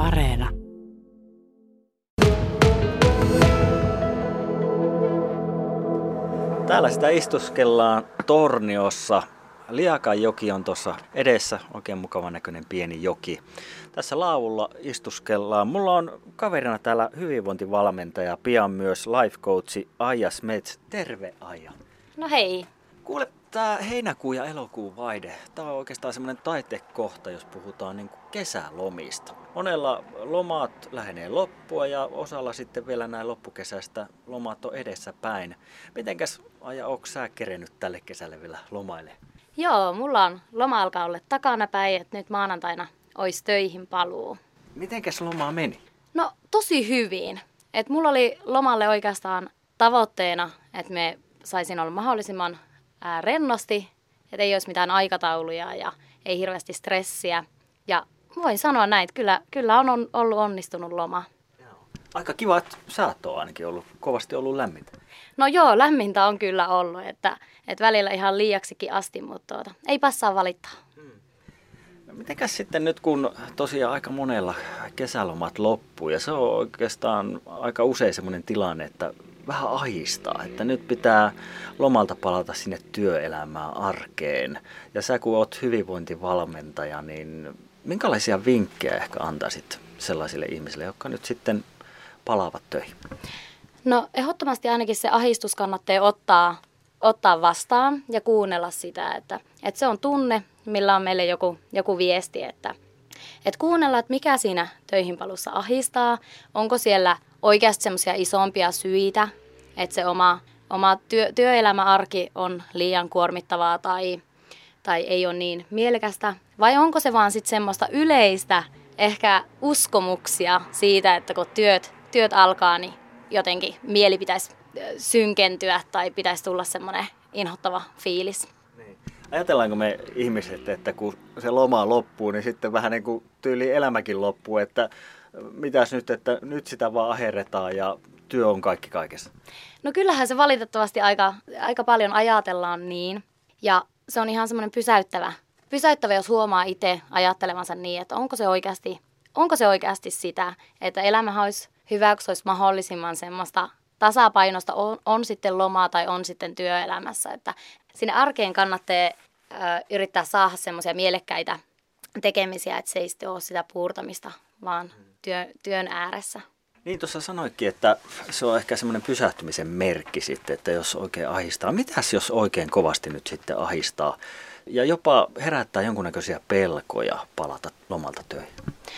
Areena. Täällä sitä istuskellaan Torniossa. Liakanjoki on tuossa edessä, oikein mukavan näköinen pieni joki. Tässä laavulla istuskellaan. Mulla on kaverina täällä hyvinvointivalmentaja, pian myös life coachi Aija Smets. Terve Aija. No hei. Kuule, tää heinäkuun ja elokuun vaihde, tää on oikeastaan semmoinen taitekohta, jos puhutaan niin kuin kesälomista. Monella lomat lähenee loppua ja osalla sitten vielä näin loppukesästä lomat on edessä päin. Mitenkäs Aija, ootko sä kerennyt tälle kesälle vielä lomaille? Joo, mulla on loma alkaa olla takana päin, että nyt maanantaina olisi töihin paluu. Mitenkäs lomaa meni? No tosi hyvin. Et mulla oli lomalle oikeastaan tavoitteena, että me saisin olla mahdollisimman rennosti, että ei olisi mitään aikatauluja ja ei hirveästi stressiä. Ja voin sanoa näin, että kyllä on ollut onnistunut loma. Aika kiva, että säät on ainakin ollut, kovasti ollut lämmintä. No joo, lämmintä on kyllä ollut, että välillä ihan liiaksikin asti, mutta eipä saa valittaa. Mitenkäs sitten nyt, kun tosiaan aika monella kesälomat loppuu ja se on oikeastaan aika usein semmoinen tilanne, että vähän ahistaa, että nyt pitää lomalta palata sinne työelämään, arkeen. Ja sä kun oot hyvinvointivalmentaja, niin minkälaisia vinkkejä ehkä antaisit sellaisille ihmisille, jotka nyt sitten palaavat töihin? No ehdottomasti ainakin se ahdistus kannattaa ottaa vastaan ja kuunnella sitä, että se on tunne, millä on meille joku viesti, että kuunnella, että mikä siinä töihinpalussa ahdistaa, onko siellä oikeasti semmoisia isompia syitä, että se oma työelämäarki on liian kuormittavaa tai ei ole niin mielekästä, vai onko se vaan sitten semmoista yleistä ehkä uskomuksia siitä, että kun työt alkaa, niin jotenkin mieli pitäisi synkentyä tai pitäisi tulla semmoinen inhottava fiilis. Niin. Ajatellaanko me ihmiset, että kun se loma loppuu, niin sitten vähän niin kuin tyyli elämäkin loppuu, että mitäs nyt, että nyt sitä vaan aherretaan ja työ on kaikki kaikessa? No kyllähän se valitettavasti aika paljon ajatellaan niin, ja se on ihan semmoinen pysäyttävä, jos huomaa itse ajattelevansa niin, että onko se oikeasti sitä, että elämähän olisi hyvä, kun se olisi mahdollisimman semmoista tasapainosta, on sitten lomaa tai on sitten työelämässä, että sinne arkeen kannattaa yrittää saada semmoisia mielekkäitä tekemisiä, että se ei sitten ole sitä puurtamista, vaan työn ääressä. Niin, tuossa sanoitkin, että se on ehkä semmoinen pysähtymisen merkki sitten, että jos oikein ahistaa. Mitäs jos oikein kovasti nyt sitten ahistaa ja jopa herättää jonkunnäköisiä pelkoja palata lomalta töihin?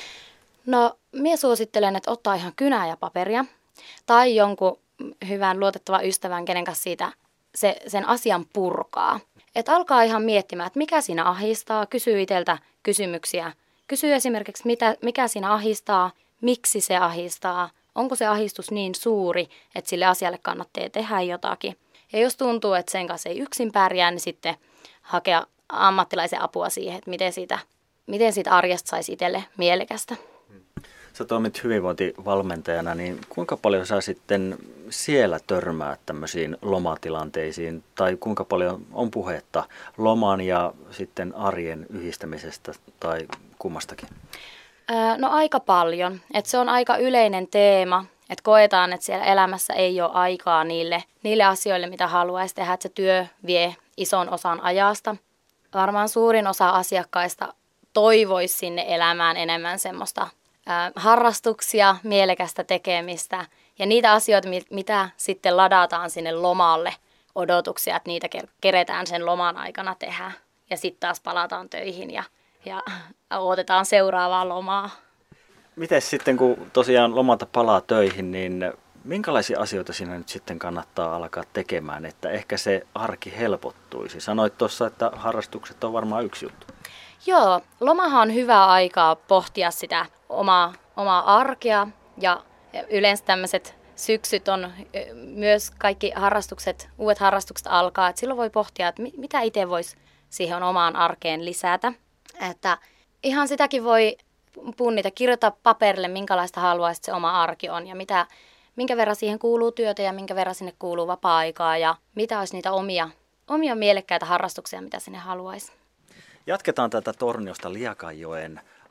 No, minä suosittelen, että ottaa ihan kynää ja paperia tai jonkun hyvän luotettavan ystävän, kenen kanssa siitä sen asian purkaa. Että alkaa ihan miettimään, että mikä siinä ahdistaa, kysyy itseltä kysymyksiä. Kysyy esimerkiksi, mikä siinä ahdistaa, miksi se ahdistaa, onko se ahdistus niin suuri, että sille asialle kannattaa tehdä jotakin. Ja jos tuntuu, että sen kanssa ei yksin pärjää, niin sitten hakea ammattilaisen apua siihen, että miten siitä arjesta saisi itselle mielekästä. Sä toimit hyvinvointivalmentajana, niin kuinka paljon sä sitten siellä törmäät tämmöisiin lomatilanteisiin, tai kuinka paljon on puhetta loman ja sitten arjen yhdistämisestä tai kummastakin? No aika paljon. Et se on aika yleinen teema, että koetaan, että siellä elämässä ei ole aikaa niille asioille, mitä haluaisi tehdä, että se työ vie ison osan ajasta. Varmaan suurin osa asiakkaista toivoisi sinne elämään enemmän semmoista harrastuksia, mielekästä tekemistä ja niitä asioita, mitä sitten ladataan sinne lomalle, odotuksia, että niitä keretään sen loman aikana tehdä ja sitten taas palataan töihin ja odotetaan seuraavaa lomaa. Mites sitten, kun tosiaan lomalta palaa töihin, niin minkälaisia asioita siinä nyt sitten kannattaa alkaa tekemään, että ehkä se arki helpottuisi? Sanoit tuossa, että harrastukset on varmaan yksi juttu. Joo, lomahan on hyvä aikaa pohtia sitä omaa arkea ja yleensä tämmöiset syksyt on myös kaikki uudet harrastukset alkaa, että silloin voi pohtia, että mitä itse voisi siihen omaan arkeen lisätä. Että ihan sitäkin voi punnita, kirjoittaa paperille, minkälaista haluaisit se oma arki on ja minkä verran siihen kuuluu työtä ja minkä verran sinne kuuluu vapaa-aikaa ja mitä olisi niitä omia mielekkäitä harrastuksia, mitä sinne haluaisi. Jatketaan tätä Torniosta Liakanjoen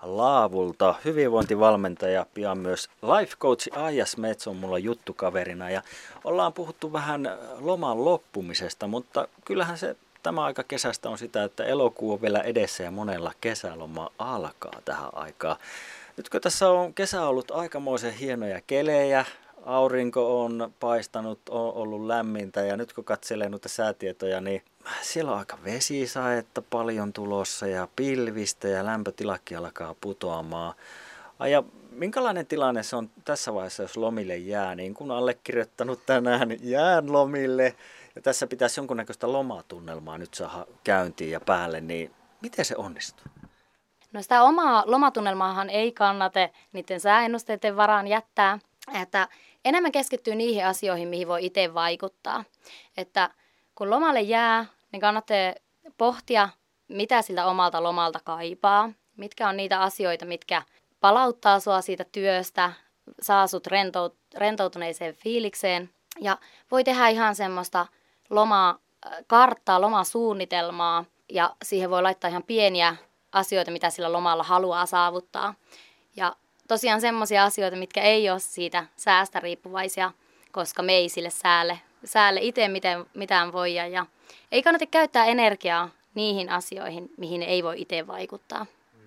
Laavulta, hyvinvointivalmentaja, pian myös life coach Aija Smets on mulla juttukaverina ja ollaan puhuttu vähän loman loppumisesta, mutta kyllähän se tämä aika kesästä on sitä, että elokuu on vielä edessä ja monella kesäloma alkaa tähän aikaan. Nyt kun tässä on kesä ollut aikamoisen hienoja kelejä, aurinko on paistanut, on ollut lämmintä ja nyt kun katselee noita säätietoja, niin siellä on aika vesisaetta paljon tulossa ja pilvistä ja lämpötilakin alkaa putoamaan. Ja minkälainen tilanne se on tässä vaiheessa, jos lomille jää, niin kun allekirjoittanut tänään jään lomille ja tässä pitäisi jonkunnäköistä lomatunnelmaa nyt saada käyntiin ja päälle, niin miten se onnistuu? No sitä omaa lomatunnelmaahan ei kannata niiden sääennusteiden varaan jättää, että enemmän keskittyy niihin asioihin, mihin voi itse vaikuttaa. Että kun lomalle jää, niin kannattaa pohtia, mitä siltä omalta lomalta kaipaa, mitkä on niitä asioita, mitkä palauttaa sua siitä työstä, saa sut rentoutuneeseen fiilikseen ja voi tehdä ihan semmoista lomakarttaa, lomasuunnitelmaa ja siihen voi laittaa ihan pieniä asioita, mitä sillä lomalla haluaa saavuttaa. Tosiaan semmoisia asioita, mitkä ei ole siitä säästä riippuvaisia, koska me ei sille säälle itse mitään voi. Ja ei kannata käyttää energiaa niihin asioihin, mihin ei voi itse vaikuttaa.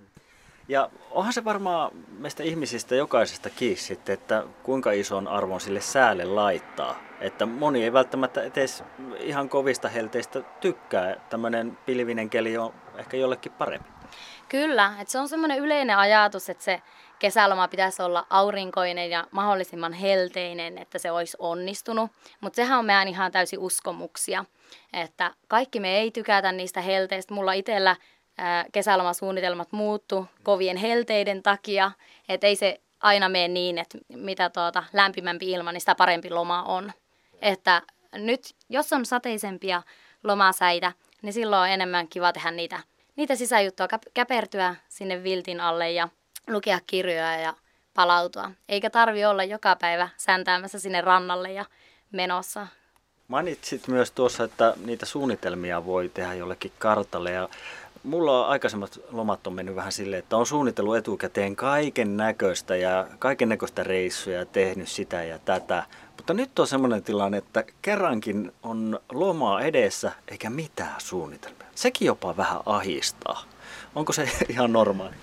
Ja onhan se varmaan meistä ihmisistä jokaisesta kiinni sitten, että kuinka ison arvon sille säälle laittaa. Että moni ei välttämättä edes ihan kovista helteistä tykkää. Tämmöinen pilvinen keli on ehkä jollekin parempi. Kyllä, että se on semmoinen yleinen ajatus, että se kesäloma pitäisi olla aurinkoinen ja mahdollisimman helteinen, että se olisi onnistunut. Mutta sehän on meidän ihan täysin uskomuksia, että kaikki me ei tykätä niistä helteistä. Mulla itsellä kesälomasuunnitelmat muuttu kovien helteiden takia, että ei se aina mene niin, että mitä lämpimämpi ilma, niin sitä parempi loma on. Että nyt, jos on sateisempia lomasäitä, niin silloin on enemmän kiva tehdä niitä sisäjuttuja, käpertyä sinne viltin alle ja lukea kirjoja ja palautua. Eikä tarvi olla joka päivä säntäämässä sinne rannalle ja menossa. Mainitsit myös tuossa, että niitä suunnitelmia voi tehdä jollekin kartalle ja mulla on aikaisemmat lomat on mennyt vähän silleen, että on suunnitellut etukäteen kaiken näköistä ja kaiken näköistä reissuja ja tehnyt sitä ja tätä. Mutta nyt on semmoinen tilanne, että kerrankin on lomaa edessä eikä mitään suunnitelmia. Sekin jopa vähän ahistaa. Onko se ihan normaali?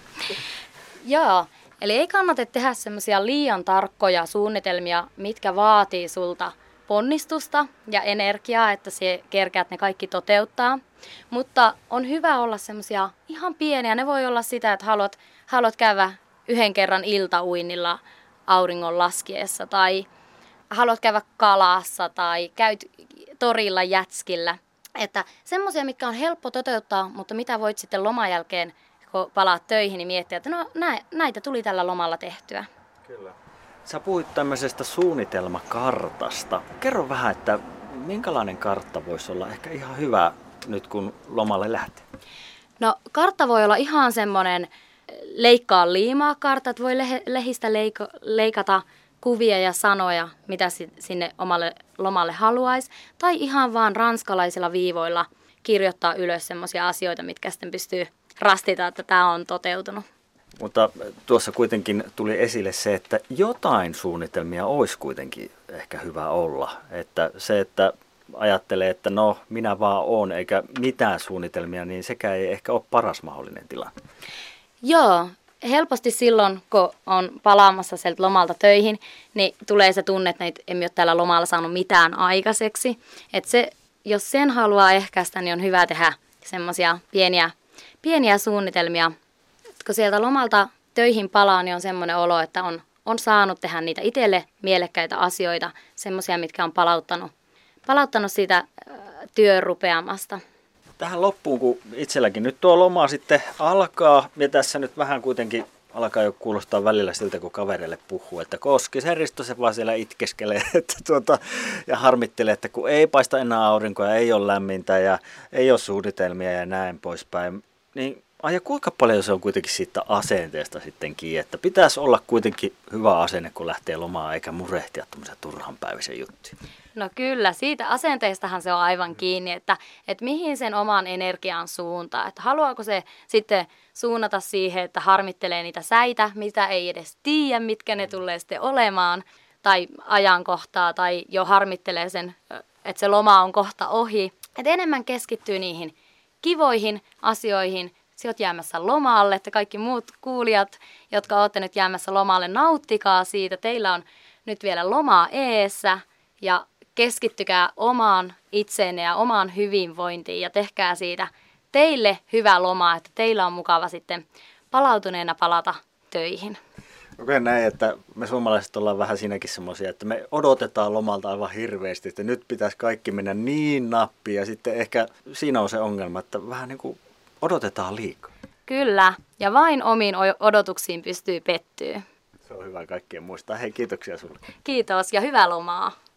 Joo, eli ei kannata tehdä semmoisia liian tarkkoja suunnitelmia, mitkä vaatii sulta ponnistusta ja energiaa, että se kerkeät ne kaikki toteuttaa. Mutta on hyvä olla semmoisia ihan pieniä. Ne voi olla sitä, että haluat käydä yhden kerran iltauinnilla auringon laskiessa tai haluat käydä kalassa tai käyt torilla jätskillä. Että semmoisia, mitkä on helppo toteuttaa, mutta mitä voit sitten loman jälkeen, kun palaat töihin, niin miettiä, että no näitä tuli tällä lomalla tehtyä. Kyllä. Sä puhuit tämmöisestä suunnitelmakartasta. Kerro vähän, että minkälainen kartta voisi olla ehkä ihan hyvä nyt, kun lomalle lähtee? No kartta voi olla ihan semmoinen leikkaa liimaa kartta, että voi lehistä leikata kuvia ja sanoja, mitä sinne omalle lomalle haluaisi. Tai ihan vaan ranskalaisilla viivoilla kirjoittaa ylös semmoisia asioita, mitkä sitten pystyy rastita, että tämä on toteutunut. Mutta tuossa kuitenkin tuli esille se, että jotain suunnitelmia olisi kuitenkin ehkä hyvä olla. Että se, että ajattelee, että no minä vaan oon eikä mitään suunnitelmia, niin sekä ei ehkä ole paras mahdollinen tilanne. Joo, helposti silloin, kun on palaamassa sieltä lomalta töihin, niin tulee se tunne, että emme ole täällä lomalla saanut mitään aikaiseksi. Että se, jos sen haluaa ehkäistä, niin on hyvä tehdä semmoisia pieniä suunnitelmia. Kun sieltä lomalta töihin palaa, niin on semmoinen olo, että on saanut tehdä niitä itselle mielekkäitä asioita, semmoisia, mitkä on palauttanut siitä työn rupeamasta. Tähän loppuun, kun itselläkin nyt tuo loma sitten alkaa, ja tässä nyt vähän kuitenkin alkaa jo kuulostaa välillä siltä, kun kavereille puhuu, että Koskisen Risto se vaan siellä itkeskelee ja harmittelee, että kun ei paista enää aurinkoa, ei ole lämmintä ja ei ole suunnitelmia ja näin poispäin. Niin Ja kuinka paljon se on kuitenkin siitä asenteesta sitten kiinni, että pitäisi olla kuitenkin hyvä asenne, kun lähtee lomaan, eikä murehtia tuommoisia turhanpäiväisiä juttuja? No kyllä, siitä asenteestahan se on aivan kiinni, että mihin sen oman energian suuntaa. Että haluaako se sitten suunnata siihen, että harmittelee niitä säitä, mitä ei edes tiedä, mitkä ne tulee sitten olemaan, tai ajankohtaa, tai jo harmittelee sen, että se loma on kohta ohi. Että enemmän keskittyy niihin kivoihin asioihin. Sä oot jäämässä lomalle, että kaikki muut kuulijat, jotka olette nyt jäämässä lomalle, nauttikaa siitä. Teillä on nyt vielä lomaa eessä ja keskittykää omaan itseenne ja omaan hyvinvointiin ja tehkää siitä teille hyvä loma, että teillä on mukava sitten palautuneena palata töihin. Okei, näin, että me suomalaiset ollaan vähän siinäkin semmoisia, että me odotetaan lomalta aivan hirveästi, että nyt pitäisi kaikki mennä niin nappiin ja sitten ehkä siinä on se ongelma, että vähän niin kuin odotetaan liikaa. Kyllä, ja vain omiin odotuksiin pystyy pettyä. Se on hyvä kaikkien muistaa. Hei, kiitoksia sulle. Kiitos ja hyvää lomaa.